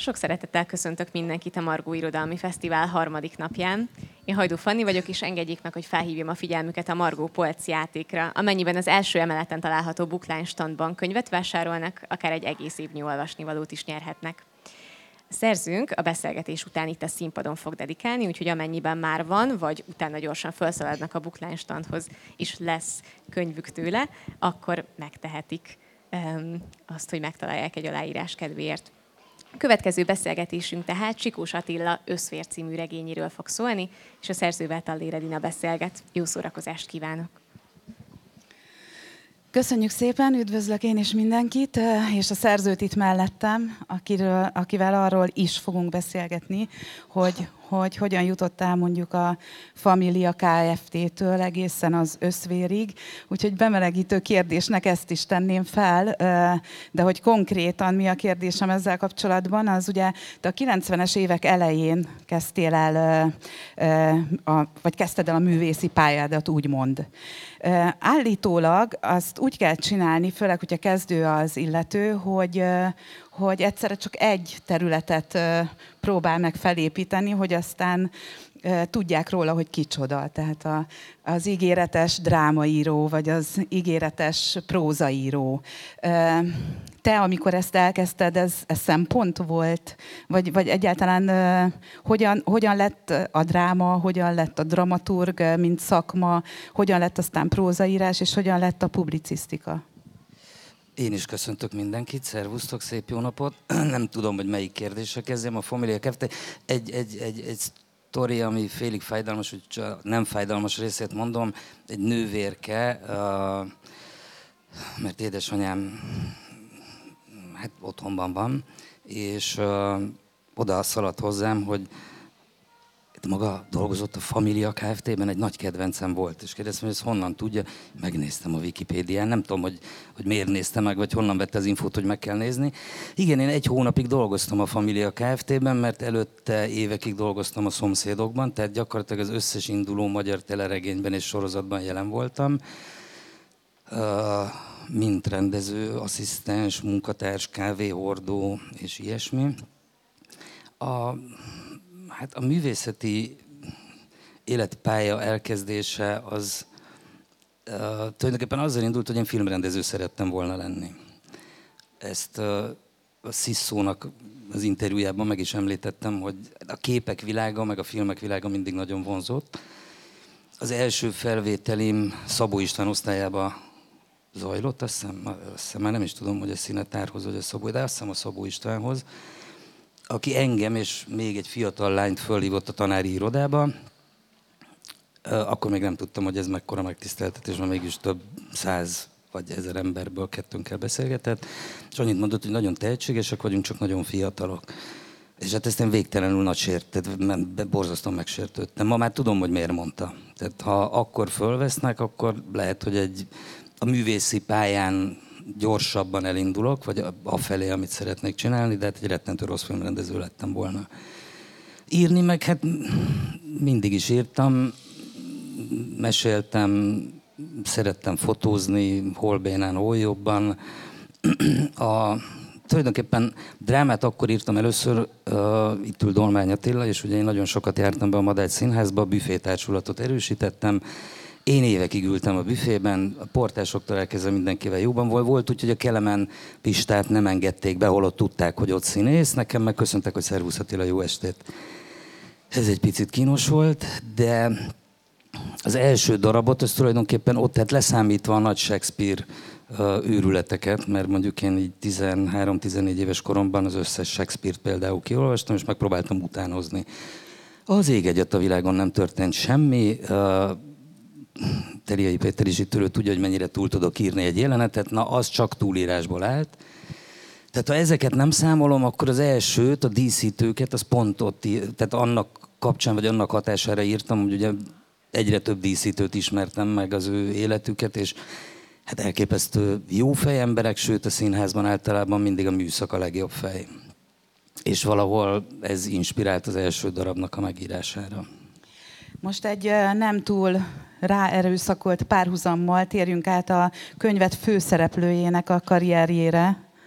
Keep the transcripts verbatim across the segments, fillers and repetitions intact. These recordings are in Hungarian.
Sok szeretettel köszöntök mindenkit a Margó Irodalmi Fesztivál harmadik napján. Én Hajdú Fanni vagyok, és engedjék meg, hogy felhívjam a figyelmüket a Margó Polc játékra, amennyiben az első emeleten található Bookline standban könyvet vásárolnak, akár egy egész évnyi olvasnivalót is nyerhetnek. A szerzőnk a beszélgetés után itt a színpadon fog dedikálni, úgyhogy amennyiben már van, vagy utána gyorsan felszaladnak a Bookline standhoz, és lesz könyvük tőle, akkor megtehetik um, azt, hogy megtalálják egy aláírás kedvéért. A következő beszélgetésünk tehát Csikós Attila Összvér című regényéről fog szólni, és a szerzővel Tallér Edina beszélget. Jó szórakozást kívánok! Köszönjük szépen, üdvözlök én is mindenkit, és a szerzőt itt mellettem, akiről, akivel arról is fogunk beszélgetni, hogy, hogy hogyan jutottál mondjuk a Família Kft-től egészen az Összvérig. Úgyhogy bemelegítő kérdésnek ezt is tenném fel, de hogy konkrétan mi a kérdésem ezzel kapcsolatban, az ugye te a kilencvenes évek elején kezdtél el, vagy kezdted el a művészi pályádat, úgymond. Állítólag azt úgy kell csinálni, főleg, hogyha kezdő az illető, hogy, hogy egyszerre csak egy területet próbál meg felépíteni, hogy aztán tudják róla, hogy kicsoda. Tehát a, az ígéretes drámaíró, vagy az ígéretes prózaíró. Te, amikor ezt elkezdted, ez, ez szempont volt? Vagy, vagy egyáltalán uh, hogyan, hogyan lett a dráma, hogyan lett a dramaturg, mint szakma, hogyan lett aztán prózaírás, és hogyan lett a publicisztika? Én is köszöntök mindenkit, szervusztok, szép jó napot. Nem tudom, hogy melyik kérdésre kezdjem. A Família Kft. Egy, egy, egy, egy sztori, ami félig fájdalmas, hogy csak nem fájdalmas részét mondom. Egy nővérke, uh, mert édesanyám hát otthonban van, és uh, oda szaladt hozzám, hogy maga dolgozott a Família Kft-ben, egy nagy kedvencem volt, és kérdeztem, hogy ezt honnan tudja. Megnéztem a Wikipédián, nem tudom, hogy, hogy miért nézte meg, vagy honnan vette az infót, hogy meg kell nézni. Igen, én egy hónapig dolgoztam a Família Kft-ben, mert előtte évekig dolgoztam a Szomszédokban, tehát gyakorlatilag az összes induló magyar teleregényben és sorozatban jelen voltam. Uh, mint rendező, asszisztens, munkatárs, kávéhordó és ilyesmi. A, hát a művészeti életpálya elkezdése az uh, tulajdonképpen azzal indult, hogy én filmrendező szerettem volna lenni. Ezt uh, a Sziszónak az interjújában meg is említettem, hogy a képek világa, meg a filmek világa mindig nagyon vonzott. Az első felvételim Szabó István osztályába zajlott, azt hiszem, azt hiszem, már nem is tudom, hogy a Színetárhoz, vagy a Szabó, de azt hiszem a Szabó Istvánhoz, aki engem és még egy fiatal lányt fölhívott a tanári irodába. Akkor még nem tudtam, hogy ez mekkora megtiszteltetés, mert mégis több száz vagy ezer emberből kettőnkkel beszélgetett, és annyit mondott, hogy nagyon tehetségesek vagyunk, csak nagyon fiatalok. És hát ezt én végtelenül nagy sért, tehát borzasztóan megsértődtem. Ma már tudom, hogy miért mondta. Tehát ha akkor fölvesznek, akkor lehet, hogy egy a művészi pályán gyorsabban elindulok, vagy afelé, amit szeretnék csinálni, de hát egy rettentő rossz filmrendező lettem volna. Írni meg, hát mindig is írtam, meséltem, szerettem fotózni, hol bénán, hol jobban. A, tulajdonképpen drámát akkor írtam először, uh, itt ül Dolmány Attila, és ugye én nagyon sokat jártam be a Madács Színházba, a büfétársulatot erősítettem. Én évekig ültem a büfében, a portásoktól elkezdve mindenkivel jóban volt. Volt úgy, hogy a Kelemen Pistát nem engedték be, holott tudták, hogy ott színész. Nekem meg köszöntek, hogy szervusz Attila, jó estét. Ez egy picit kínos volt, de az első darabot, az tulajdonképpen ott, tehát leszámítva a nagy Shakespeare uh, őrületeket, mert mondjuk én így tizenhárom-tizennégy éves koromban az összes Shakespeare-t például kiolvastam, és megpróbáltam utánozni. Az ég egyet a világon nem történt semmi, uh, Teriai Péter is itt ülő tudja, hogy mennyire túl tudok írni egy jelenetet, na az csak túlírásból állt. Tehát ha ezeket nem számolom, akkor az elsőt, a díszítőket, az pont ott, tehát annak kapcsán, vagy annak hatására írtam, hogy ugye egyre több díszítőt ismertem meg az ő életüket, és hát elképesztő jó fej emberek, sőt a színházban általában mindig a műszak a legjobb fej. És valahol ez inspirált az első darabnak a megírására. Most egy nem túl ráerőszakolt párhuzammal térjünk át a könyvet főszereplőjének a karrierjére.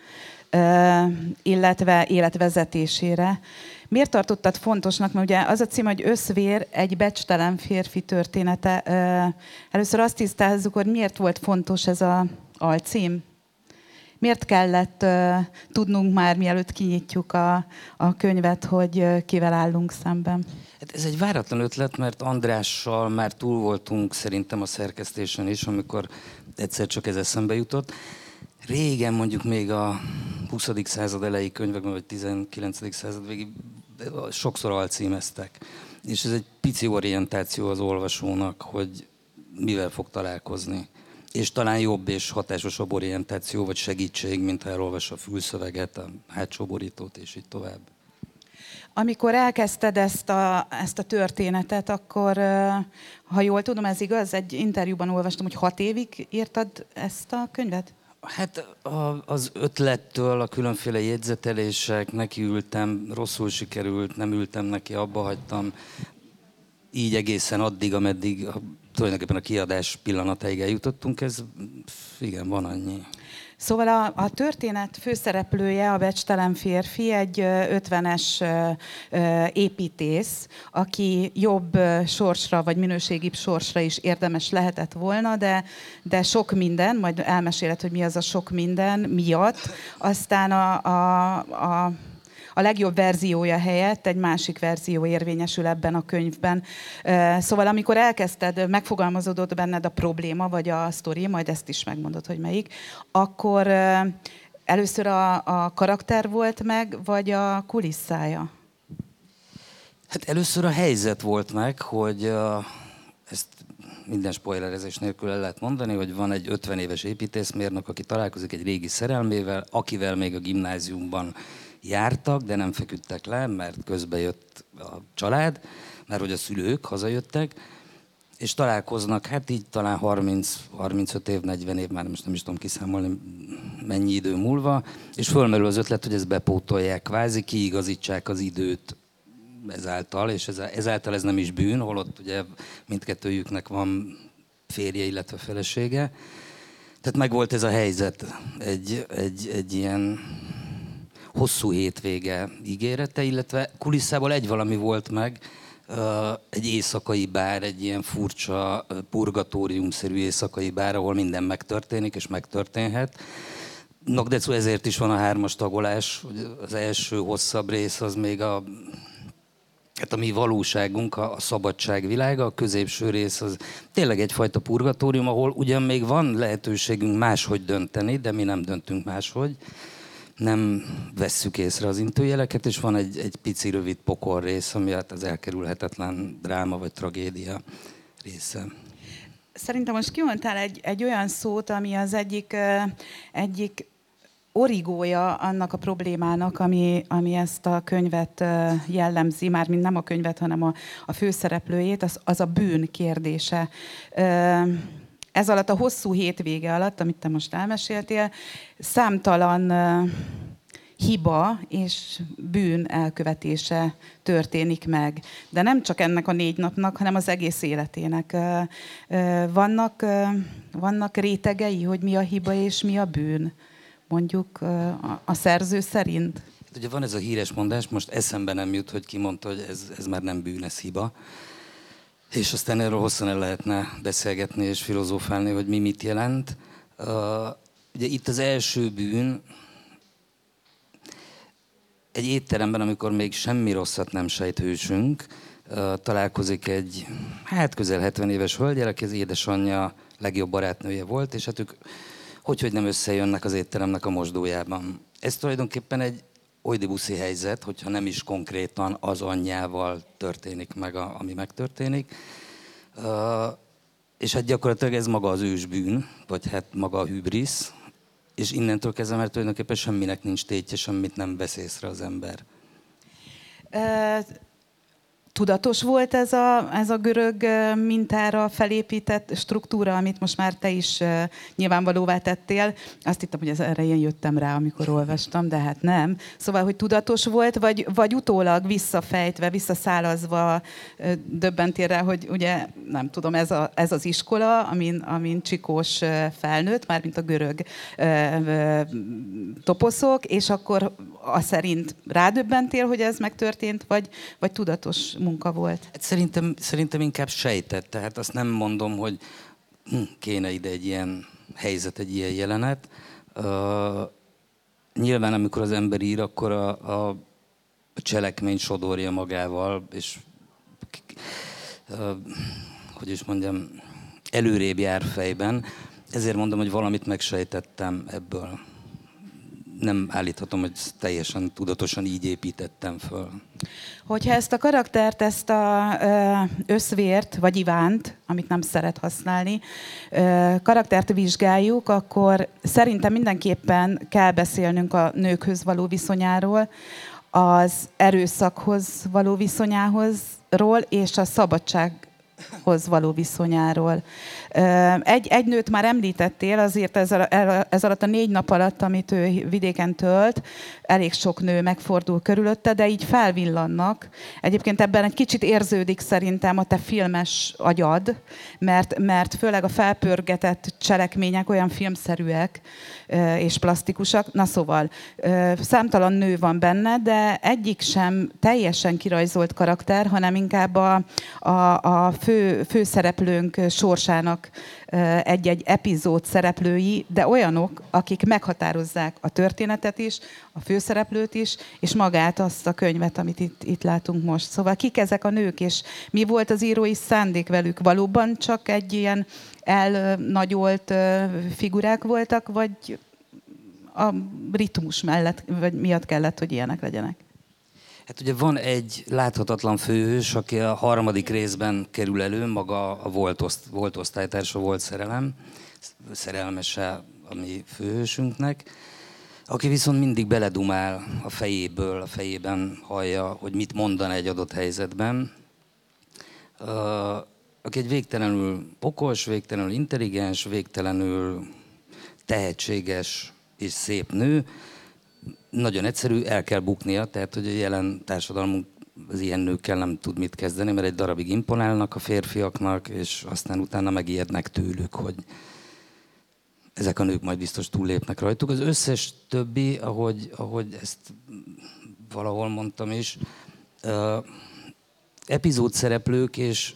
illetve életvezetésére. Miért tartottad fontosnak? Mert ugye az a cím, hogy Összvér, egy becstelen férfi története. Először azt tisztázzuk, hogy miért volt fontos ez az alcím? Miért kellett uh, tudnunk már, mielőtt kinyitjuk a, a könyvet, hogy uh, kivel állunk szemben? Hát ez egy váratlan ötlet, mert Andrással már túl voltunk szerintem a szerkesztésen is, amikor egyszer csak ez eszembe jutott. Régen, mondjuk még a huszadik század elejé könyvekben, vagy tizenkilencedik század végig sokszor alcímeztek. És ez egy pici orientáció az olvasónak, hogy mivel fog találkozni. És talán jobb és hatásosabb orientáció vagy segítség, mint ha elolvassa a fülszöveget, a hátsó borítót, és így tovább. Amikor elkezdted ezt a, ezt a történetet, akkor, ha jól tudom, ez igaz, egy interjúban olvastam, hogy hat évig írtad ezt a könyvet? Hát a, az ötlettől, a különféle jegyzetelések, nekiültem, rosszul sikerült, nem ültem neki, abba hagytam. Így egészen addig, ameddig a, tulajdonképpen a kiadás pillanatáig eljutottunk, ez igen, van annyi. Szóval a, a történet főszereplője, a becstelen férfi, egy ötvenes építész, aki jobb sorsra, vagy minőségibb sorsra is érdemes lehetett volna, de, de sok minden, majd elmeséled, hogy mi az a sok minden miatt, aztán a, a, a A legjobb verziója helyett egy másik verzió érvényesül ebben a könyvben. Szóval amikor elkezdted, megfogalmazódott benned a probléma, vagy a sztori, majd ezt is megmondod, hogy melyik, akkor először a, a karakter volt meg, vagy a kulisszája? Hát először a helyzet volt meg, hogy uh, ezt minden spoilerezés nélkül el lehet mondani, hogy van egy ötven éves építészmérnök, aki találkozik egy régi szerelmével, akivel még a gimnáziumban jártak, de nem feküdtek le, mert közbe jött a család, mert hogy a szülők hazajöttek, és találkoznak, hát így talán harminc-harmincöt év, negyven év, már most nem is tudom kiszámolni, mennyi idő múlva, és fölmerül az ötlet, hogy ezt bepótolják, kvázi kiigazítsák az időt ezáltal, és ezáltal ez nem is bűn, holott ugye mindkettőjüknek van férje, illetve felesége. Tehát megvolt ez a helyzet, egy, egy, egy ilyen hosszú hétvége ígérete, illetve kulisszából egy valami volt meg, egy éjszakai bár, egy ilyen furcsa purgatóriumszerű éjszakai bár, ahol minden megtörténik és megtörténhet. Nokdecu ezért is van a hármas tagolás, az első hosszabb rész az még a, hát a mi valóságunk, a, a szabadság világa, a középső rész az tényleg egyfajta purgatórium, ahol ugyan még van lehetőségünk máshogy dönteni, de mi nem döntünk máshogy. Nem vesszük észre az intőjeleket, és van egy, egy pici rövid pokol rész, ami hát az elkerülhetetlen dráma vagy tragédia része. Szerintem most kimondtál egy, egy olyan szót, ami az egyik, egyik origója annak a problémának, ami, ami ezt a könyvet jellemzi, mármint nem a könyvet, hanem a, a főszereplőjét, az, az a bűn kérdése. Ez alatt a hosszú hétvége alatt, amit te most elmeséltél, számtalan uh, hiba és bűn elkövetése történik meg. De nem csak ennek a négy napnak, hanem az egész életének. Uh, uh, vannak, uh, vannak rétegei, hogy mi a hiba és mi a bűn, mondjuk uh, a, a szerző szerint? Hát ugye van ez a híres mondás, most eszembe nem jut, hogy ki mondta, hogy ez, ez már nem bűn, ez hiba. És aztán erről hosszan el lehetne beszélgetni és filozófálni, hogy mi mit jelent. Uh, ugye itt az első bűn, egy étteremben, amikor még semmi rosszat nem sejt hősünk, uh, találkozik egy, hát közel hetven éves hölgyel, aki az édesanyja legjobb barátnője volt, és hát ők hogy-hogy nem összejönnek az étteremnek a mosdójában. Ez tulajdonképpen egy oidibuszi helyzet, hogyha nem is konkrétan az anyjával történik meg, a, ami megtörténik. Uh, és hát gyakorlatilag ez maga az ősbűn, vagy hát maga a hübrisz, és innentől kezdve már tulajdonképpen semminek nincs tétje, semmit nem vesz észre az ember. Uh, tudatos volt ez a, ez a görög mintára felépített struktúra, amit most már te is nyilvánvalóvá tettél. Azt hittem, hogy ez erre én jöttem rá, amikor olvastam, de hát nem. Szóval, hogy tudatos volt, vagy, vagy utólag visszafejtve, visszaszálazva döbbentél rá, hogy ugye, nem tudom, ez, a, ez az iskola, amin, amin Csikós felnőtt, mármint a görög toposzok, és akkor azt szerint rádöbbentél, hogy ez megtörtént, vagy, vagy tudatos munka volt? Hát szerintem, szerintem inkább sejtett, tehát azt nem mondom, hogy hm, kéne ide egy ilyen helyzet, egy ilyen jelenet. Uh, nyilván, amikor az ember ír, akkor a, a, a cselekmény sodorja magával, és uh, hogy is mondjam, előrébb jár fejben. Ezért mondom, hogy valamit megsejtettem ebből. Nem állíthatom, hogy teljesen tudatosan így építettem föl. Hogyha ezt a karaktert, ezt a összvért, vagy Ivánt, amit nem szeret használni, karaktert vizsgáljuk, akkor szerintem mindenképpen kell beszélnünk a nőkhöz való viszonyáról, az erőszakhoz való viszonyához, és a szabadsághoz való viszonyáról. Egy, egy nőt már említettél, azért ez, ez alatt a négy nap alatt, amit ő vidéken tölt, elég sok nő megfordul körülötte, de így felvillannak. Egyébként ebben egy kicsit érződik szerintem a te filmes agyad, mert, mert főleg a felpörgetett cselekmények olyan filmszerűek és plastikusak. Na szóval, számtalan nő van benne, de egyik sem teljesen kirajzolt karakter, hanem inkább a, a, a fő, főszereplőnk sorsának egy-egy epizód szereplői, de olyanok, akik meghatározzák a történetet is, a főszereplőt is, és magát azt a könyvet, amit itt, itt látunk most. Szóval kik ezek a nők, és mi volt az írói szándék velük? Valóban csak egy ilyen elnagyolt figurák voltak, vagy a ritmus mellett, vagy miatt kellett, hogy ilyenek legyenek? Hát ugye van egy láthatatlan főhős, aki a harmadik részben kerül elő, maga a volt, oszt, volt osztálytársa, volt szerelem, szerelmese a mi főhősünknek, aki viszont mindig beledumál a fejéből, a fejében hallja, hogy mit mondan egy adott helyzetben. Uh, aki egy végtelenül okos, végtelenül intelligens, végtelenül tehetséges és szép nő. Nagyon egyszerű, el kell buknia, tehát hogy a jelen társadalmunk az ilyen nőkkel nem tud mit kezdeni, mert egy darabig imponálnak a férfiaknak, és aztán utána megijednek tőlük, hogy ezek a nők majd biztos túllépnek rajtuk. Az összes többi, ahogy, ahogy ezt valahol mondtam is, uh, epizód szereplők, és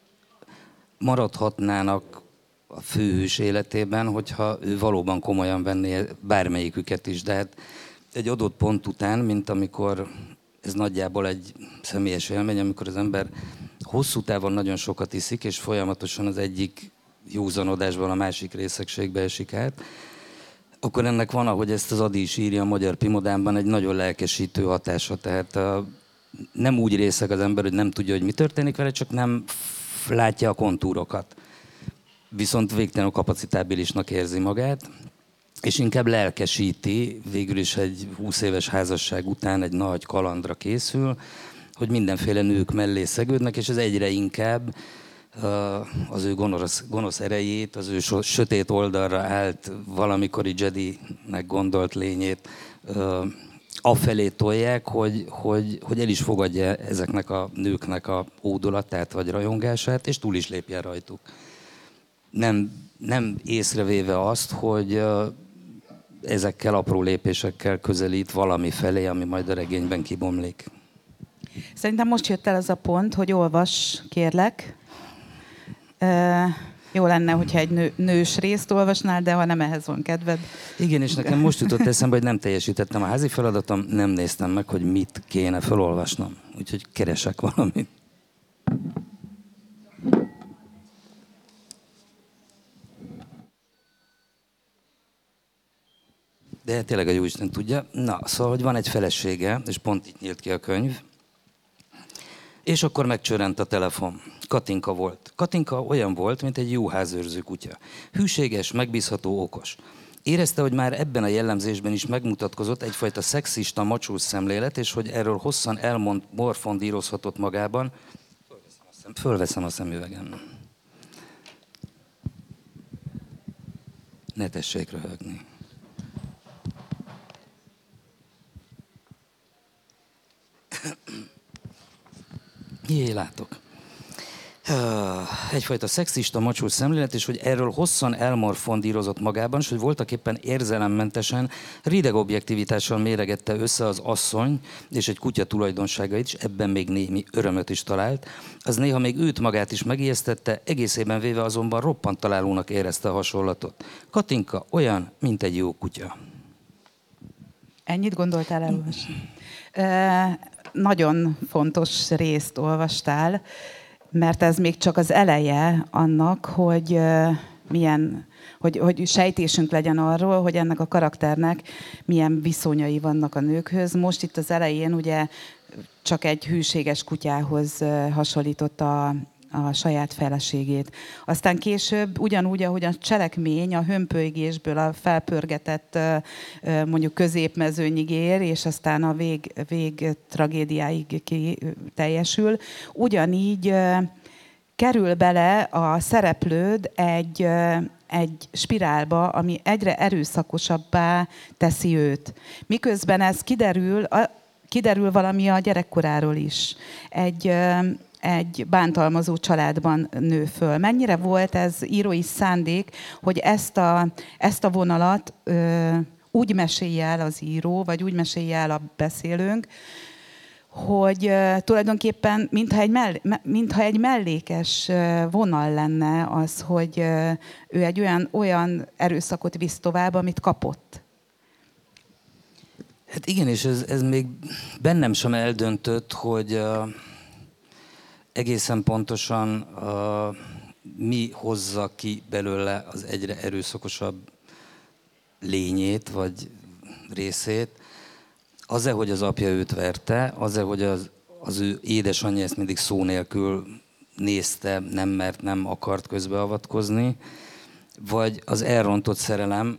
maradhatnának a főhős életében, hogyha ő valóban komolyan venné bármelyiküket is, de hát egy adott pont után, mint amikor, ez nagyjából egy személyes élmény, amikor az ember hosszú távon nagyon sokat iszik, és folyamatosan az egyik józanodásban a másik részegségbe esik át, akkor ennek van, ahogy ezt az Adi is írja a Magyar Pimodámban, egy nagyon lelkesítő hatása. Tehát a, nem úgy részeg az ember, hogy nem tudja, hogy mi történik vele, csak nem látja a kontúrokat. Viszont végtelenül kapacitábilisnak érzi magát, és inkább lelkesíti, végül is egy húsz éves házasság után egy nagy kalandra készül, hogy mindenféle nők mellé szegődnek, és ez egyre inkább az ő gonosz, gonosz erejét, az ő so, sötét oldalra állt valamikori Jedinek gondolt lényét afelé tolják, hogy, hogy, hogy el is fogadja ezeknek a nőknek a ódulatát vagy rajongását, és túl is lépjen rajtuk. Nem, nem észrevéve azt, hogy ezekkel apró lépésekkel közelít valami felé, ami majd a regényben kibomlik. Szerintem most jött el az a pont, hogy olvass, kérlek. E, jó lenne, hogyha egy nő, nős részt olvasnál, de ha nem ehhez van kedved. Igen, és nekem most jutott eszembe, hogy nem teljesítettem a házi feladatom, nem néztem meg, hogy mit kéne felolvasnom. Úgyhogy keresek valamit. De tényleg a Jóisten tudja. Na, szóval, hogy van egy felesége, és pont itt nyílt ki a könyv, és akkor megcsörrent a telefon. Katinka volt. Katinka olyan volt, mint egy jó házőrző kutya. Hűséges, megbízható, okos. Érezte, hogy már ebben a jellemzésben is megmutatkozott egyfajta szexista, macsós szemlélet, és hogy erről hosszan elmond morfondírozhatott magában. Fölveszem a, szem, fölveszem a szemüvegem. Ne tessék röhögni. Jé, látok. Egyfajta szexista, macsós szemlélet, és hogy erről hosszan elmorfondírozott magában, és hogy voltaképpen érzelemmentesen, rideg objektivitással méregette össze az asszony és egy kutya tulajdonságait, és ebben még némi örömöt is talált. Az néha még őt magát is megijesztette, egészében véve azonban roppant találónak érezte a hasonlatot. Katinka olyan, mint egy jó kutya. Ennyit gondoltál elolvasni? E, nagyon fontos részt olvastál, mert ez még csak az eleje annak, hogy uh, milyen, hogy, hogy sejtésünk legyen arról, hogy ennek a karakternek milyen viszonyai vannak a nőkhöz. Most itt az elején ugye csak egy hűséges kutyához uh, hasonlította a saját feleségét. Aztán később ugyanúgy, ahogy a cselekmény a hömpölygésből a felpörgetett mondjuk középmezőnyig ér, és aztán a vég, vég tragédiáig ki teljesül, ugyanígy kerül bele a szereplőd egy, egy spirálba, ami egyre erőszakosabbá teszi őt. Miközben ez kiderül, kiderül valami a gyerekkoráról is. Egy egy bántalmazó családban nő föl. Mennyire volt ez írói szándék, hogy ezt a, ezt a vonalat ö, úgy mesélje el az író, vagy úgy mesélje el a beszélőnk, hogy ö, tulajdonképpen mintha egy, mell, mintha egy mellékes ö, vonal lenne az, hogy ö, ő egy olyan, olyan erőszakot visz tovább, amit kapott. Hát igen, és ez, ez még bennem sem eldöntött, hogy... Uh... egészen pontosan uh, mi hozza ki belőle az egyre erőszakosabb lényét, vagy részét. Az-e, hogy az apja őt verte, az-e, hogy az, az ő édesanyja ezt mindig szó nélkül nézte, nem mert, nem akart közbeavatkozni, vagy az elrontott szerelem,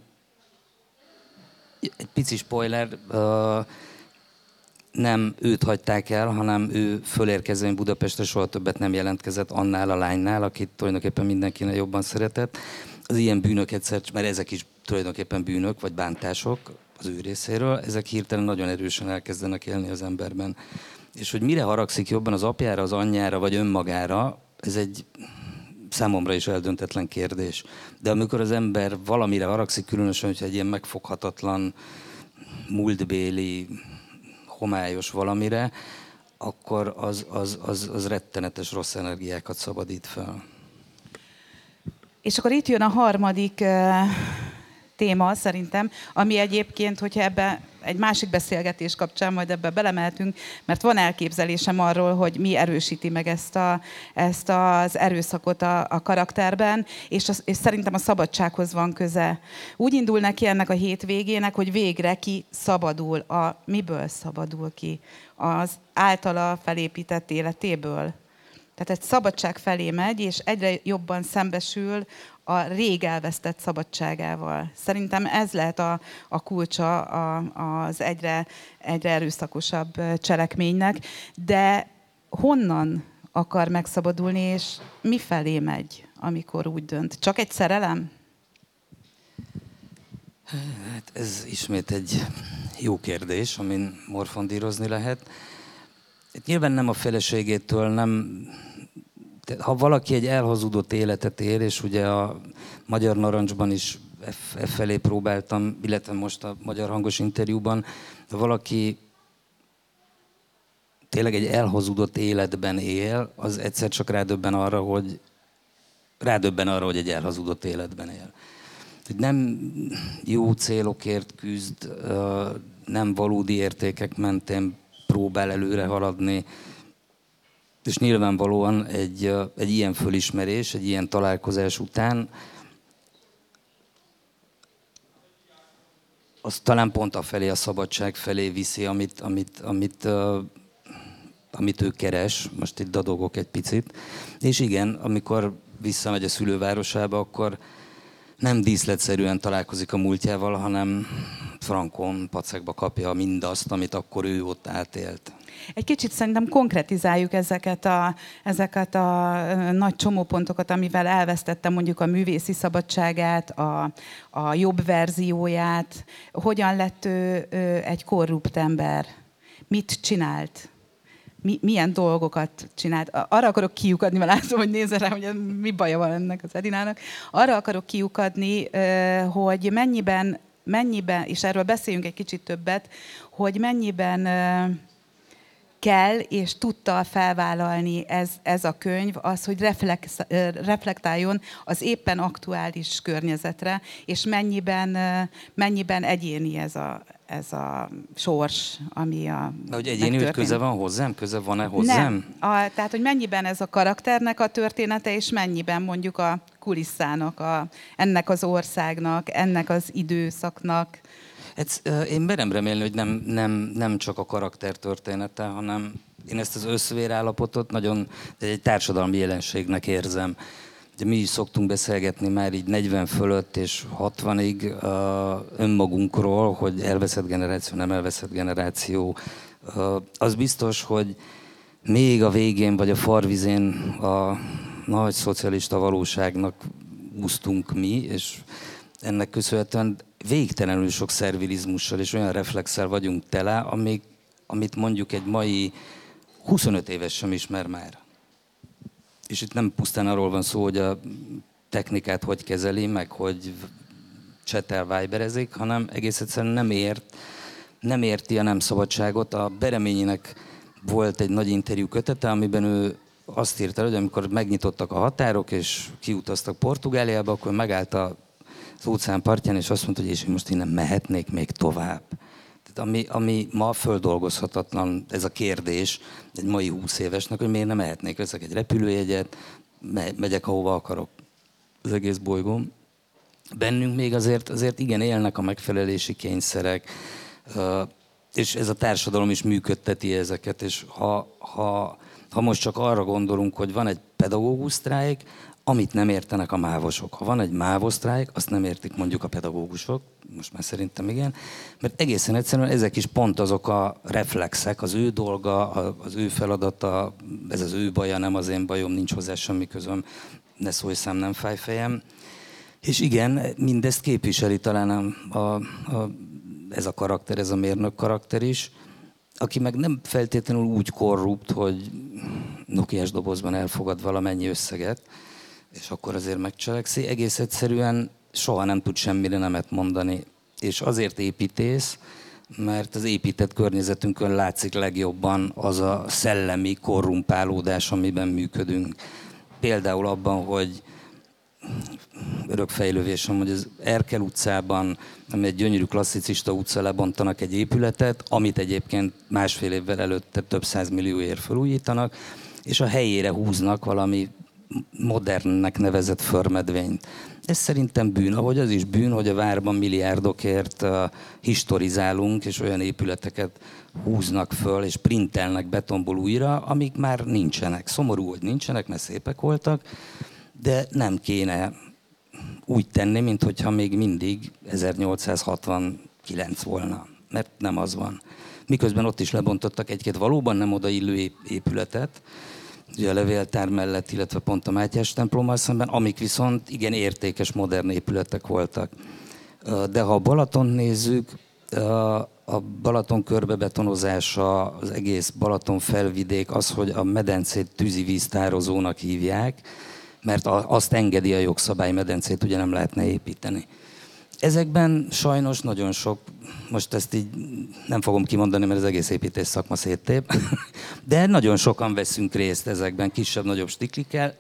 egy pici spoiler, uh, nem őt hagyták el, hanem ő fölérkezően Budapestre soha többet nem jelentkezett annál a lánynál, akit tulajdonképpen mindenkinek jobban szeretett. Az ilyen bűnök egyszer, mert ezek is tulajdonképpen bűnök, vagy bántások az ő részéről, ezek hirtelen nagyon erősen elkezdenek élni az emberben. És hogy mire haragszik jobban, az apjára, az anyjára, vagy önmagára, ez egy számomra is eldöntetlen kérdés. De amikor az ember valamire haragszik, különösen, hogyha egy ilyen megfoghatatlan, múltbéli, homályos valamire, akkor az, az, az, az rettenetes rossz energiákat szabadít fel. És akkor itt jön a harmadik uh, téma szerintem, ami egyébként, hogyha ebbe egy másik beszélgetés kapcsán majd ebbe belemeltünk, mert van elképzelésem arról, hogy mi erősíti meg ezt, a, ezt az erőszakot a, a karakterben, és, az, és szerintem a szabadsághoz van köze. Úgy indul neki ennek a hétvégének, hogy végre ki szabadul. A, miből szabadul ki? Az általa felépített életéből. Tehát egy szabadság felé megy, és egyre jobban szembesül a rég elvesztett szabadságával. Szerintem ez lehet a, a kulcsa a, az egyre, egyre erőszakosabb cselekménynek. De honnan akar megszabadulni, és mi felé megy, amikor úgy dönt? Csak egy szerelem? Hát ez ismét egy jó kérdés, amin morfondírozni lehet. Hát nyilván nem a feleségétől, nem... Ha valaki egy elhazudott életet él, és ugye a Magyar Narancsban is e felé próbáltam, illetve most a Magyar Hangos interjúban, ha valaki tényleg egy elhazudott életben él, az egyszer csak rádöbben arra, hogy rádöbben arra, hogy egy elhazudott életben él. Nem jó célokért küzd, nem valódi értékek mentén próbál előre haladni, és nyilvánvalóan egy, egy ilyen fölismerés, egy ilyen találkozás után az talán pont a felé, a szabadság felé viszi, amit, amit, amit, uh, amit ő keres. Most itt dadogok egy picit. És igen, amikor visszamegy a szülővárosába, akkor nem díszletszerűen találkozik a múltjával, hanem frankon, pacekba kapja mindazt, amit akkor ő ott átélt. Egy kicsit szerintem konkretizáljuk ezeket a, ezeket a nagy csomópontokat, amivel elvesztette mondjuk a művészi szabadságát, a, a jobb verzióját. Hogyan lett ő, ő egy korrupt ember? Mit csinált? Mi, milyen dolgokat csinált? Arra akarok kiukadni, mert látom, hogy nézze rá, hogy mi baja van ennek az Edinának. Arra akarok kiukadni, hogy mennyiben, mennyiben, és erről beszéljünk egy kicsit többet, hogy mennyiben kell és tudta felvállalni ez, ez a könyv az, hogy reflex, reflektáljon az éppen aktuális környezetre, és mennyiben, mennyiben egyéni ez a, ez a sors, ami a De hogy egyéni, hogy köze van hozzám? Köze van-e hozzám? Nem. A, tehát, hogy mennyiben ez a karakternek a története, és mennyiben mondjuk a kulisszának, a, ennek az országnak, ennek az időszaknak. Ez, én merem remélni, hogy nem, nem, nem csak a karakter története, hanem én ezt az összvérállapotot nagyon egy társadalmi jelenségnek érzem. De mi is szoktunk beszélgetni már így negyven fölött és hatvanig uh, önmagunkról, hogy elveszett generáció, nem elveszett generáció. Uh, az biztos, hogy még a végén vagy a farvizén a nagy szocialista valóságnak úsztunk mi, és ennek köszönhetően végtelenül sok szervilizmussal és olyan reflexel vagyunk tele, amik, amit mondjuk egy mai huszonöt éves sem ismer már. És itt nem pusztán arról van szó, hogy a technikát hogy kezeli, meg hogy csetel, viberezik, hanem egész egyszerűen nem ért, nem érti a nem szabadságot. A Bereményinek volt egy nagy interjú kötete, amiben ő azt írta, hogy amikor megnyitottak a határok, és kiutaztak Portugáliába, akkor megállt a az óceán partján, és azt mondta, hogy és én most innen mehetnék még tovább. Tehát ami, ami ma földolgozhatatlan, ez a kérdés egy mai húsz évesnek, hogy miért nem mehetnék, veszek egy repülőjegyet, me- megyek ahova akarok az egész bolygón. Bennünk még azért, azért igen élnek a megfelelési kényszerek, és ez a társadalom is működteti ezeket, és ha, ha, ha most csak arra gondolunk, hogy van egy pedagógus sztrájk, amit nem értenek a mávosok. Ha van egy mávosztrájk, azt nem értik mondjuk a pedagógusok, most már szerintem igen, mert egészen egyszerűen ezek is pont azok a reflexek, az ő dolga, az ő feladata, ez az ő baja, nem az én bajom, nincs hozzá semmi közöm, ne szólj szám, nem fáj fejem. És igen, mindezt képviseli talán a, a, a, ez a karakter, ez a mérnök karakter is, aki meg nem feltétlenül úgy korrupt, hogy nokiás dobozban elfogad valamennyi összeget, és akkor azért megcselekszi. Egész egyszerűen soha nem tud semmire nemet mondani. És azért építész, mert az épített környezetünkön látszik legjobban az a szellemi korrumpálódás, amiben működünk. Például abban, hogy örök fejlővésem, hogy az Erkel utcában, ami egy gyönyörű klasszicista utca, lebontanak egy épületet, amit egyébként másfél évvel előtte több százmillióért felújítanak, és a helyére húznak valami modernnek nevezett förmedvényt. Ez szerintem bűn, ahogy az is bűn, hogy a várban milliárdokért uh, historizálunk, és olyan épületeket húznak föl, és printelnek betonból újra, amik már nincsenek. Szomorú, hogy nincsenek, mert szépek voltak, de nem kéne úgy tenni, mintha még mindig ezernyolcszázhatvankilenc volna, mert nem az van. Miközben ott is lebontottak egy-két valóban nem odaillő épületet, ugye a levéltár mellett, illetve pont a Mátyás templommal szemben, amik viszont igen értékes, modern épületek voltak. De ha a Balatont nézzük, a Balaton körbebetonozása, az egész Balaton felvidék, az, hogy a medencét tűzivíztározónak hívják, mert azt engedi a jogszabály, medencét ugye nem lehetne építeni. Ezekben sajnos nagyon sok, most ezt így nem fogom kimondani, mert az egész építés szakma széttép, de nagyon sokan veszünk részt ezekben, kisebb-nagyobb stiklikkel,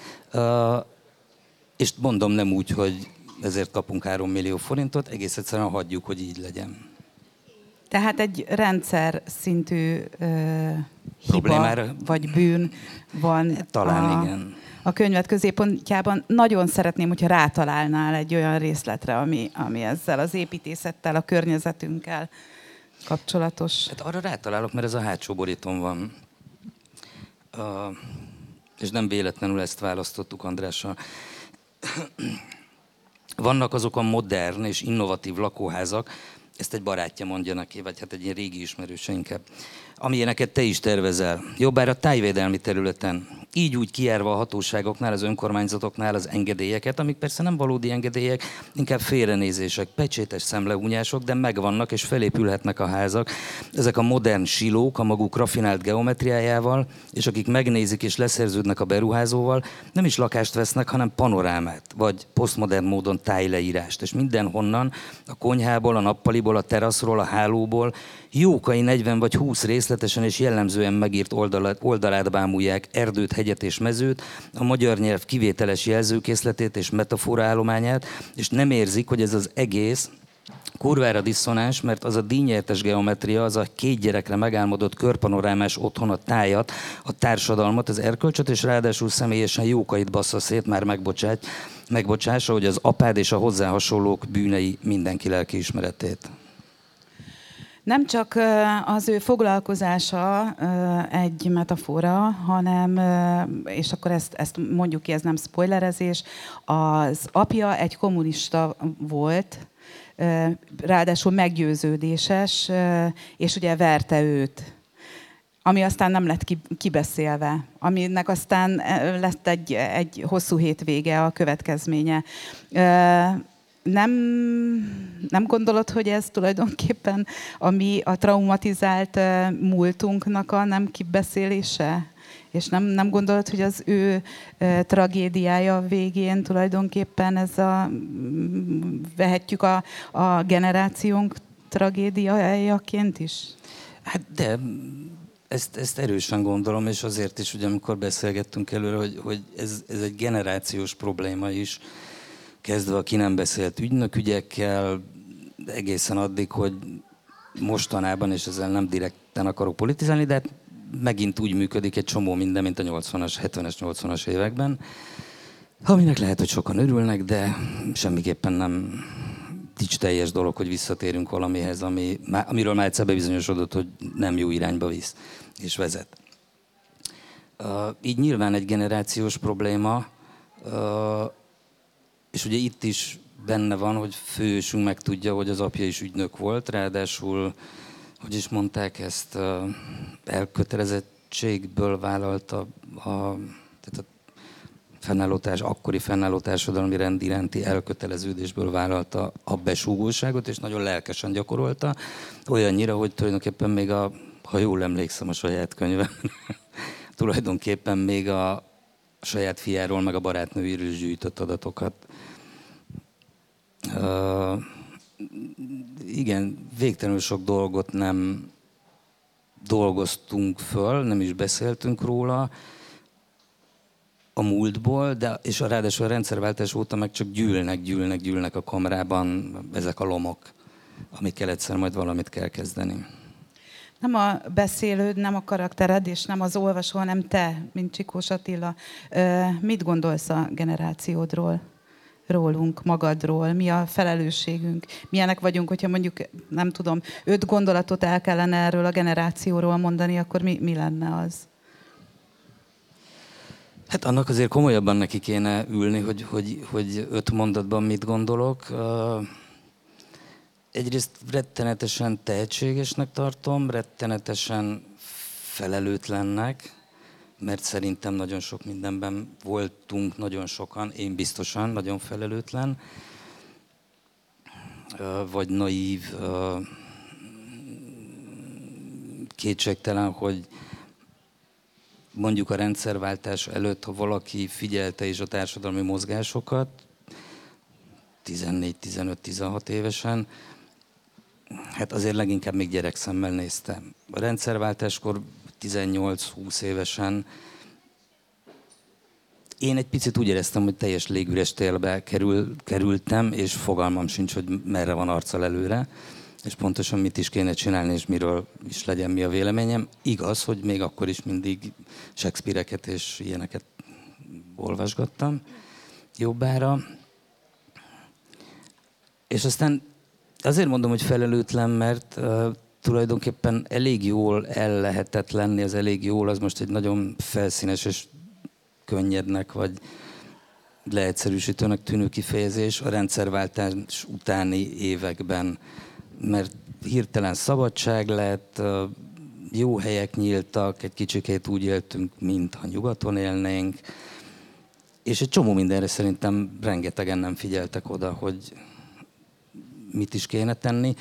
és mondom nem úgy, hogy ezért kapunk három millió forintot, egész egyszerűen hagyjuk, hogy így legyen. Tehát egy rendszer szintű uh, hiba vagy bűn van. Talán a... igen. A könyvet középpontjában. Nagyon szeretném, hogyha rátalálnál egy olyan részletre, ami, ami ezzel az építészettel, a környezetünkkel kapcsolatos. Hát arra rátalálok, mert ez a hátsó borítón van. Uh, és nem véletlenül ezt választottuk Andrással. Vannak azok a modern és innovatív lakóházak, ezt egy barátja mondja neki, vagy hát egy ilyen régi ismerőse inkább, amilyeneket te is tervezel. Jobbára tájvédelmi területen, így úgy kijárva a hatóságoknál, az önkormányzatoknál az engedélyeket, amik persze nem valódi engedélyek, inkább félrenézések, pecsétes szemleúnyások, de megvannak és felépülhetnek a házak. Ezek a modern silók a maguk rafinált geometriájával, és akik megnézik és leszerződnek a beruházóval, nem is lakást vesznek, hanem panorámát, vagy posztmodern módon tájleírást. És mindenhonnan, a konyhából, a nappaliból, a teraszról, a hálóból jókai negyven vagy húsz részletesen és jellemzően megírt oldalát, oldalát bámulják, erdőt, hegyet és mezőt, a magyar nyelv kivételes jelzőkészletét és metaforaállományát, és nem érzik, hogy ez az egész kurvára diszonáns, mert az a díjnyertes geometria, az a két gyerekre megálmodott körpanorámás otthon a tájat, a társadalmat, az erkölcsöt, és ráadásul személyesen jókait bassza szét, már megbocsát, megbocsássa, hogy az apád és a hozzá hasonlók bűnei mindenki lelkiismeretét. Nem csak az ő foglalkozása egy metafora, hanem, és akkor ezt, ezt mondjuk ki, ez nem spoilerezés, az apja egy kommunista volt, ráadásul meggyőződéses, és ugye verte őt, ami aztán nem lett kibeszélve, aminek aztán lett egy, egy hosszú hétvége a következménye. Nem, nem gondolod, hogy ez tulajdonképpen a mi a traumatizált múltunknak a nem kibeszélése? És nem, nem gondolod, hogy az ő e, tragédiája végén tulajdonképpen ez a, vehetjük a, a generációnk tragédiájaként is? Hát de ezt, ezt erősen gondolom, és azért is, hogy amikor beszélgettünk előre, hogy, hogy ez, ez egy generációs probléma is, kezdve a ki nem beszélt ügynökügyekkel, egészen addig, hogy mostanában, és ezzel nem direkten akarok politizálni, de megint úgy működik egy csomó minden, mint a nyolcvanas, hetvenes, nyolcvanas években, aminek lehet, hogy sokan örülnek, de semmiképpen nem nincs teljes dolog, hogy visszatérünk valamihez, ami, amiről már egyszer bebizonyosodott, hogy nem jó irányba visz és vezet. Uh, így nyilván egy generációs probléma, uh, és ugye itt is benne van, hogy fősünk meg tudja, hogy az apja is ügynök volt, ráadásul, hogy is mondták ezt, uh, elkötelezettségből vállalta a, tehát a fennálló társ, akkori fennálló társadalmi rend iránti elköteleződésből vállalta a besúgóságot, és nagyon lelkesen gyakorolta, olyannyira, hogy tulajdonképpen még a, ha jól emlékszem a saját könyvem, tulajdonképpen még a saját fiáról, meg a barátnőiről is gyűjtött adatokat. Uh, igen, végtelenül sok dolgot nem dolgoztunk föl, nem is beszéltünk róla a múltból, de, és a ráadásul a rendszerváltás óta meg csak gyűlnek, gyűlnek, gyűlnek a kamrában ezek a lomok, amikkel egyszer majd valamit kell kezdeni. Nem a beszélőd, nem a karaktered, és nem az olvasó, hanem te, mint Csikós Attila. Mit gondolsz a generációdról, rólunk, magadról? Mi a felelősségünk? Milyenek vagyunk, hogyha mondjuk, nem tudom, öt gondolatot el kellene erről a generációról mondani, akkor mi, mi lenne az? Hát annak azért komolyabban neki kéne ülni, hogy, hogy, hogy öt mondatban mit gondolok. Egyrészt rettenetesen tehetségesnek tartom, rettenetesen felelőtlennek, mert szerintem nagyon sok mindenben voltunk, nagyon sokan, én biztosan nagyon felelőtlen, vagy naív, kétségtelen, hogy mondjuk a rendszerváltás előtt, ha valaki figyelte is a társadalmi mozgásokat, tizennégy, tizenöt, tizenhat évesen, hát azért leginkább még gyerekszemmel néztem. A rendszerváltáskor tizennyolc-húsz évesen én egy picit úgy éreztem, hogy teljes légüres térbe kerül, kerültem, és fogalmam sincs, hogy merre van arccal előre, és pontosan mit is kéne csinálni, és miről is legyen mi a véleményem. Igaz, hogy még akkor is mindig Shakespeare-eket és ilyeneket olvasgattam jobbára. És aztán azért mondom, hogy felelőtlen, mert uh, tulajdonképpen elég jól el lehetett lenni, az elég jól, az most egy nagyon felszínes és könnyednek, vagy leegyszerűsítőnek tűnő kifejezés a rendszerváltás utáni években, mert hirtelen szabadság lett, jó helyek nyíltak, egy kicsikét úgy éltünk, mintha nyugaton élnénk, és egy csomó mindenre szerintem rengetegen nem figyeltek oda, hogy mit is kéne tenni.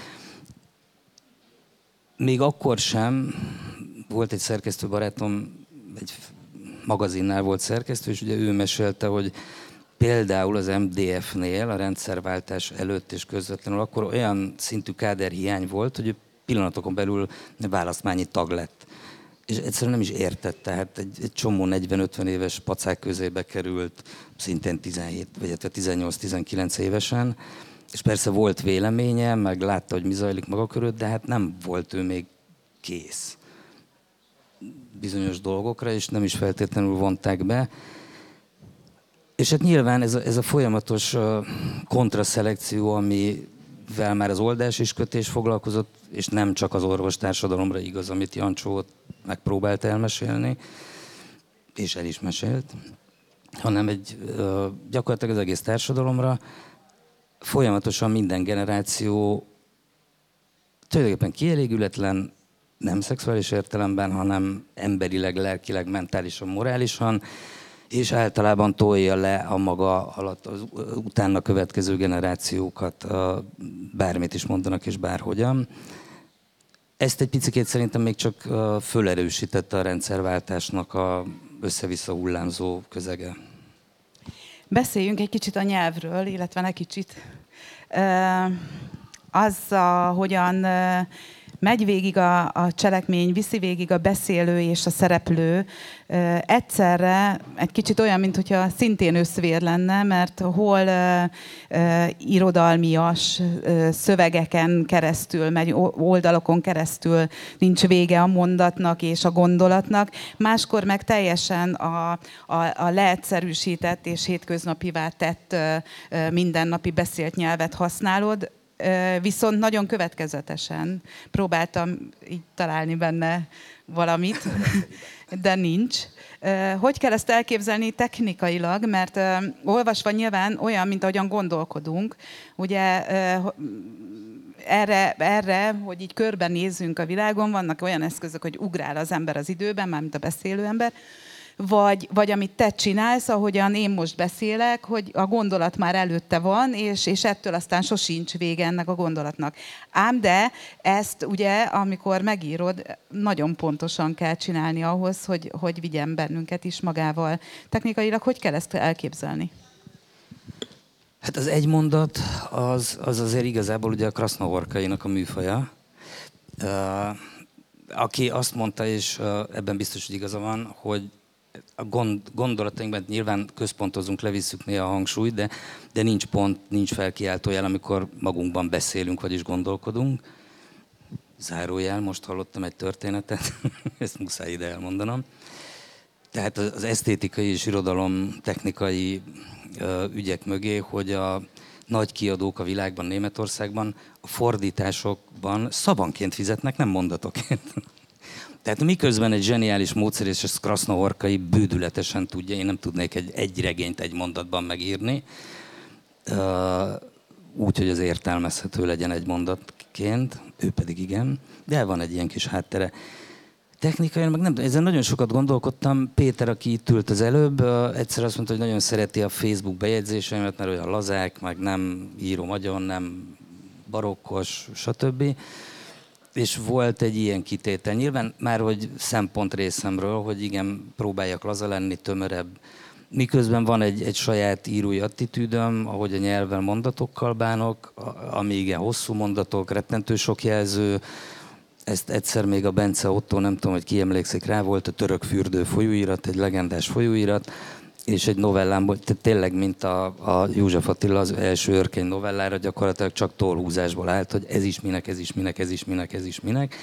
Még akkor sem, volt egy szerkesztő barátom, egy magazinnál volt szerkesztő, és ugye ő mesélte, hogy például az em dé ef-nél a rendszerváltás előtt és közvetlenül akkor olyan szintű káderhiány volt, hogy ő pillanatokon belül választmányi tag lett. És egyszerűen nem is értett, tehát egy, egy csomó negyven-ötven éves pacák közébe került, szintén tizenhét, vagy tizennyolc-tizenkilenc évesen, és persze volt véleménye, meg látta, hogy mi zajlik maga körül, de hát nem volt ő még kész bizonyos dolgokra, és nem is feltétlenül vonták be. És hát nyilván ez a, ez a folyamatos uh, kontraszelekció, amivel már az oldás is kötés foglalkozott, és nem csak az orvostársadalomra igaz, amit Jancsó ott megpróbált elmesélni, és el is mesélt, hanem egy, uh, gyakorlatilag az egész társadalomra folyamatosan minden generáció tulajdonképpen kielégületlen, nem szexuális értelemben, hanem emberileg, lelkileg, mentálisan, morálisan, és általában tolja le a maga alatt az utána következő generációkat, bármit is mondanak és bárhogyan. Ezt egy picikét szerintem még csak fölerősítette a rendszerváltásnak a össze-vissza hullámzó közege. Beszéljünk egy kicsit a nyelvről, illetve ne kicsit. Az, hogyan megy végig a, a cselekmény, viszi végig a beszélő és a szereplő. Egyszerre egy kicsit olyan, mintha szintén összvér lenne, mert hol uh, uh, irodalmias uh, szövegeken keresztül, megy oldalokon keresztül, nincs vége a mondatnak és a gondolatnak. Máskor meg teljesen a, a, a leegyszerűsített és hétköznapivá tett uh, uh, mindennapi beszélt nyelvet használod, viszont nagyon következetesen próbáltam így találni benne valamit, de nincs. Hogy kell ezt elképzelni technikailag, mert olvasva nyilván olyan, mint ahogyan gondolkodunk, ugye erre, erre, hogy így körbenézzünk a világon, vannak olyan eszközök, hogy ugrál az ember az időben, mármint a beszélő ember, Vagy, vagy amit te csinálsz, ahogyan én most beszélek, hogy a gondolat már előtte van, és, és ettől aztán sosincs vége ennek a gondolatnak. Ám de ezt ugye, amikor megírod, nagyon pontosan kell csinálni ahhoz, hogy, hogy vigyen bennünket is magával. Technikailag hogy kell ezt elképzelni? Hát az egy mondat, az, az azért igazából ugye a Krasznahorkainak a műfaja, uh, aki azt mondta, és uh, ebben biztos, hogy igaza van, hogy a gond, gondolatainkban nyilván központozunk, levisszük néha a hangsúlyt, de, de nincs pont, nincs felkiáltójel, amikor magunkban beszélünk, vagyis gondolkodunk. Zárójel, most hallottam egy történetet, ezt muszáj ide elmondanom. Tehát az esztétikai és irodalom technikai uh, ügyek mögé, hogy a nagy kiadók a világban, Németországban a fordításokban szavanként fizetnek, nem mondatokért. Tehát miközben egy zseniális módszer, és ezt Krasznahorkai bődületesen tudja, én nem tudnék egy, egy regényt egy mondatban megírni, uh, úgy, hogy az értelmezhető legyen egy mondatként, ő pedig igen, de van egy ilyen kis háttere. Technikai, meg nem, ezen nagyon sokat gondolkodtam. Péter, aki itt ült az előbb, uh, egyszer azt mondta, hogy nagyon szereti a Facebook bejegyzéseimet, mert olyan lazák, meg nem író agyon, nem barokkos, stb. És volt egy ilyen kitétel. Nyilván már, hogy szempont részemről, hogy igen, próbáljak laza lenni, tömörebb. Miközben van egy, egy saját írói attitűdöm, ahogy a nyelvvel, mondatokkal bánok, ami igen hosszú mondatok, rettentő sok jelző. Ezt egyszer még a Bence Otto, nem tudom, hogy ki emlékszik rá, volt a Török fürdő folyóirat, egy legendás folyóirat, és egy novellámból, tehát tényleg, mint a, a József Attila az első őrkény novellára, gyakorlatilag csak tollhúzásból állt, hogy ez is minek, ez is minek, ez is minek, ez is minek.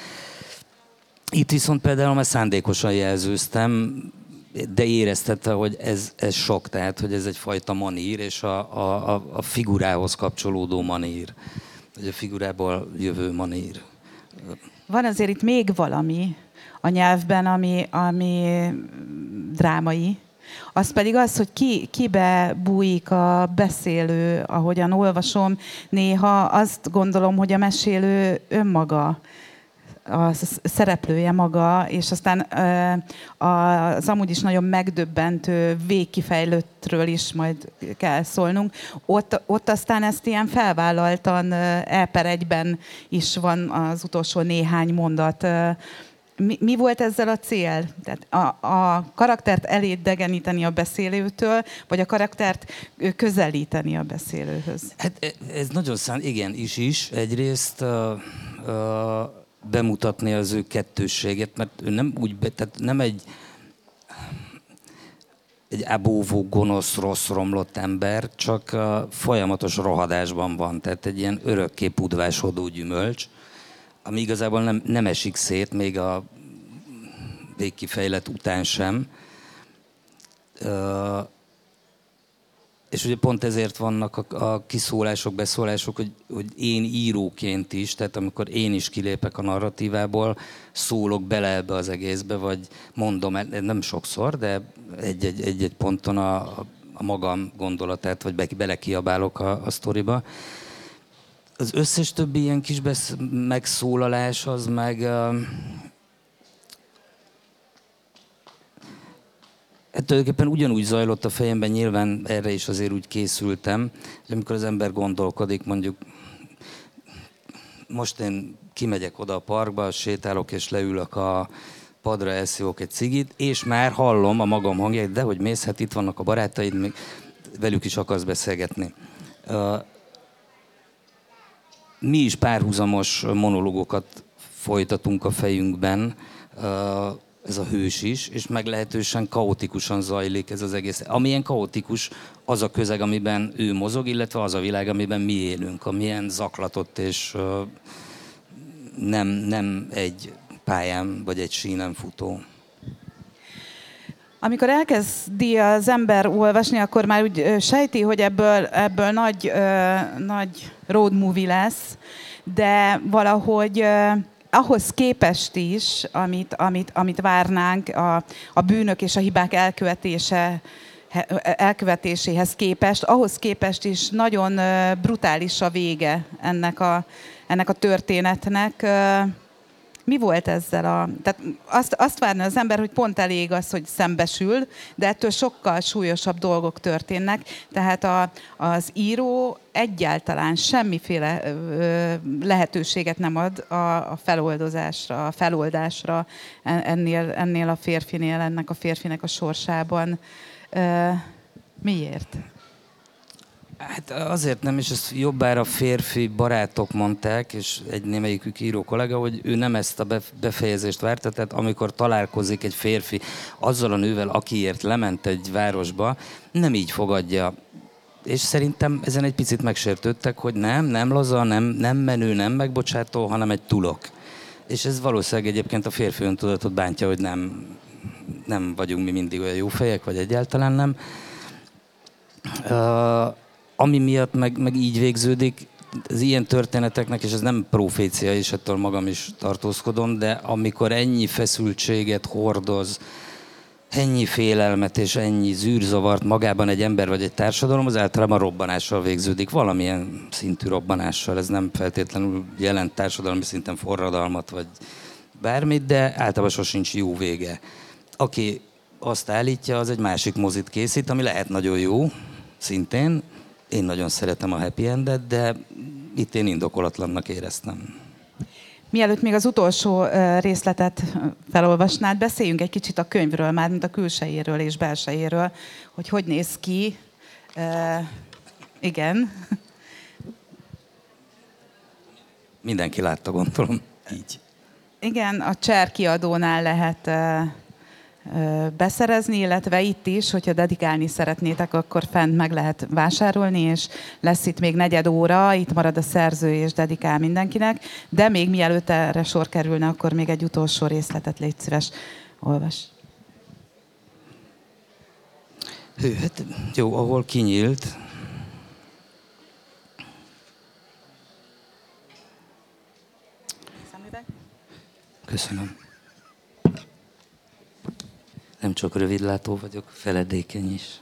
Itt viszont például már szándékosan jelzőztem, de éreztette, hogy ez, ez sok, tehát hogy ez egyfajta manír, és a, a, a figurához kapcsolódó manír, vagy a figurából jövő manír. Van azért itt még valami a nyelvben, ami, ami drámai, Az pedig az, hogy ki, kibe bújik a beszélő, ahogyan olvasom, néha azt gondolom, hogy a mesélő önmaga, a szereplője maga, és aztán az amúgy is nagyon megdöbbentő végkifejlőttről is majd kell szólnunk. Ott, ott aztán ezt ilyen felvállaltan el per egyben is van az utolsó néhány mondat. Mi, mi volt ezzel a cél? Tehát a, a karaktert elédegeníteni a beszélőtől, vagy a karaktert közelíteni a beszélőhöz? Hát ez nagyon szám, igen, is is. Egyrészt uh, uh, bemutatni az ő kettősséget, mert ő nem úgy, be, tehát nem egy egy abóvó, gonosz, rossz, romlott ember, csak uh, folyamatos rohadásban van, tehát egy ilyen örökké pudvásodó gyümölcs, ami igazából nem, nem esik szét, még a végkifejlet után sem. Uh, és ugye pont ezért vannak a, a kiszólások, beszólások, hogy, hogy én íróként is, tehát amikor én is kilépek a narratívából, szólok bele ebbe az egészbe, vagy mondom, nem sokszor, de egy-egy, egy-egy ponton a, a magam gondolatát, vagy be, belekiabálok a, a sztoriba. Az összes többi ilyen kis besz- megszólalás az meg... Uh, hát tulajdonképpen ugyanúgy zajlott a fejemben, nyilván erre is azért úgy készültem, hogy amikor az ember gondolkodik, mondjuk most én kimegyek oda a parkba, sétálok és leülök a padra, elszívok egy cigit, és már hallom a magam hangját, de hogy mész, hát itt vannak a barátaid, még velük is akarsz beszélgetni. Mi is párhuzamos monológokat folytatunk a fejünkben, ez a hős is, és meglehetősen kaotikusan zajlik ez az egész. Amilyen kaotikus az a közeg, amiben ő mozog, illetve az a világ, amiben mi élünk, amilyen zaklatott és uh, nem, nem egy pályán vagy egy sínen futó. Amikor elkezdi az ember olvasni, akkor már úgy ö, sejti, hogy ebből, ebből nagy, ö, nagy road movie lesz, de valahogy... Ö, ahhoz képest is, amit, amit, amit várnánk, a, a bűnök és a hibák elkövetése, elkövetéséhez képest, ahhoz képest is nagyon brutális a vége ennek a, ennek a történetnek. Mi volt ezzel a... Tehát azt, azt várna az ember, hogy pont elég az, hogy szembesül, de ettől sokkal súlyosabb dolgok történnek. Tehát a, az író egyáltalán semmiféle ö, lehetőséget nem ad a, a feloldozásra, a feloldásra ennél, ennél a férfinél, ennek a férfinek a sorsában. Ö, miért? Hát azért nem, és ezt jobbára férfi barátok mondták, és egy némelyikük író kollega, hogy ő nem ezt a befejezést várta, tehát amikor találkozik egy férfi azzal a nővel, akiért lement egy városba, nem így fogadja. És szerintem ezen egy picit megsértődtek, hogy nem, nem laza, nem, nem menő, nem megbocsátó, hanem egy tulok. És ez valószínűleg egyébként a férfi öntudatot bántja, hogy nem, nem vagyunk mi mindig olyan jó fejek, vagy egyáltalán nem. Uh, Ami miatt meg, meg így végződik, az ilyen történeteknek, és ez nem profécia, és ettől magam is tartózkodom, de amikor ennyi feszültséget hordoz, ennyi félelmet és ennyi zűrzavart magában egy ember vagy egy társadalom, az általában robbanással végződik, valamilyen szintű robbanással. Ez nem feltétlenül jelent társadalmi szinten forradalmat, vagy bármit, de általában sosincs jó vége. Aki azt állítja, az egy másik mozit készít, ami lehet nagyon jó, szintén. Én nagyon szeretem a happy endet, de itt én indokolatlannak éreztem. Mielőtt még az utolsó részletet felolvasnád, beszéljünk egy kicsit a könyvről, már mint a külsejéről és belsejéről, hogy hogy néz ki. Uh, igen. Mindenki látta, gondolom, így. Igen, a Cser kiadónál lehet uh, uh, beszerezni, illetve itt is, hogyha dedikálni szeretnétek, akkor fent meg lehet vásárolni, és lesz itt még negyed óra, itt marad a szerző és dedikál mindenkinek, de még mielőtt erre sor kerülne, akkor még egy utolsó részletet légy szíves, olvas. Hű, hát jó, ahol kinyílt. Köszönöm. Nem csak rövidlátó vagyok, feledékeny is.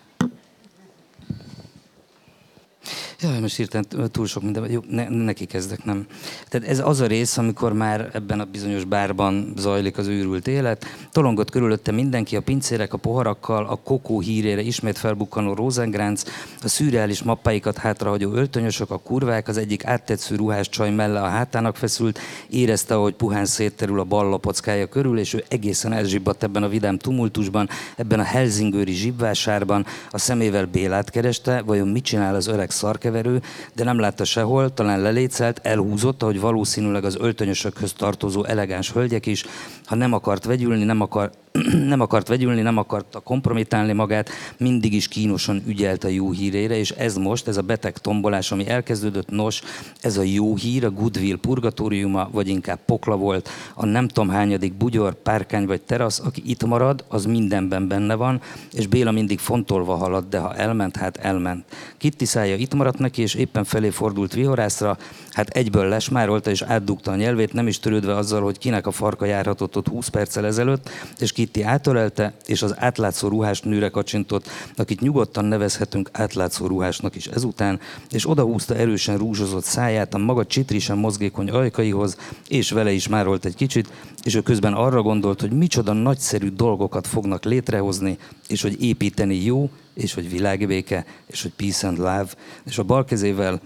Jaj, most hirtelen túl sok minden, jó, ne, neki kezdek, nem. Tehát ez az a rész, amikor már ebben a bizonyos bárban zajlik az őrült élet. Tolongott körülötte mindenki, a pincérek a poharakkal, a kokó hírére ismét felbukkanó Rosengránc, a szürreális mappáikat hátrahagyó öltönyösök, a kurvák, az egyik áttetsző ruhás csaj melle a hátának feszült, érezte, ahogy puhán szétterül a bal lapockája körül, és ő egészen elzsibbadt ebben a vidám tumultusban, ebben a helsingőri zsibvásárban, a szemével Bélát kereste, vajon mit csinál az öreg szarke keverő, de nem látta sehol, talán lelécelt, elhúzott, ahogy valószínűleg az öltönyösökhöz tartozó elegáns hölgyek is, ha nem akart vegyülni, nem, akar, nem akart vegyülni, nem akarta kompromitálni magát, mindig is kínosan ügyelt a jó hírére, és ez most, ez a beteg tombolás, ami elkezdődött, nos, ez a jó hír, a Goodwill purgatóriuma, vagy inkább pokla volt, a nem tudom hányadik bugyor, párkány vagy terasz, aki itt marad, az mindenben benne van, és Béla mindig fontolva halad, de ha elment, hát elment. Kitty szája itt maradt neki, és éppen felé fordult vihorászra, hát egyből lesmárolta és átdugta a nyelvét, nem is törődve azzal, hogy kinek a farka járhatott ott húsz perccel ezelőtt, és Kitty átölelte, és az átlátszó ruhás nőre kacsintott, akit nyugodtan nevezhetünk átlátszó ruhásnak is ezután, és odahúzta erősen rúzsozott száját a maga csitrisen mozgékony ajkaihoz, és vele is márolt egy kicsit, és ő közben arra gondolt, hogy micsoda nagyszerű dolgokat fognak létrehozni, és hogy építeni jó, és hogy világbéke, és hogy peace and love, és a bal kezével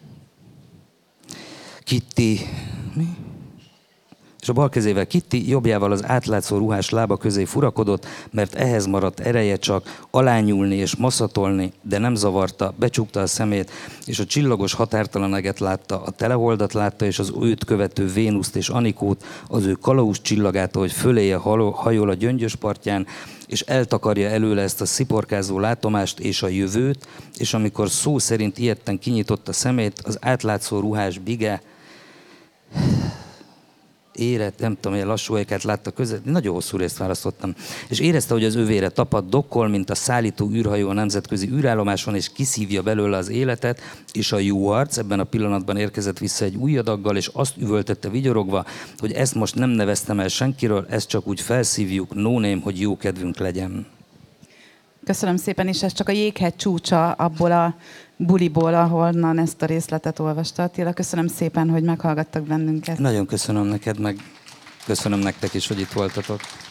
Kitty... Mi? És a bal kezével Kitty jobbjával az átlátszó ruhás lába közé furakodott, mert ehhez maradt ereje csak alányulni és maszatolni, de nem zavarta, becsukta a szemét, és a csillagos határtalan eget látta, a teleholdat látta, és az őt követő Vénuszt és Anikót, az ő kalauz csillagát, ahogy föléje hajol a gyöngyös partján, és eltakarja előle ezt a sziporkázó látomást és a jövőt, és amikor szó szerint ijedten kinyitotta szemét, az átlátszó ruhás bige érett, nem tudom, milyen lassú ajkát látta között, nagyon hosszú részt választottam, és érezte, hogy az övére tapad, dokkol, mint a szállító űrhajó a nemzetközi űrállomáson, és kiszívja belőle az életet, és a jó arc ebben a pillanatban érkezett vissza egy új adaggal, és azt üvöltette vigyorogva, hogy ezt most nem neveztem el senkiről, ezt csak úgy felszívjuk, no name, hogy jó kedvünk legyen. Köszönöm szépen, és ez csak a jéghegy csúcsa abból a buliból, ahonnan ezt a részletet olvasta. Attila, köszönöm szépen, hogy meghallgattak bennünket. Nagyon köszönöm neked, meg köszönöm nektek is, hogy itt voltatok.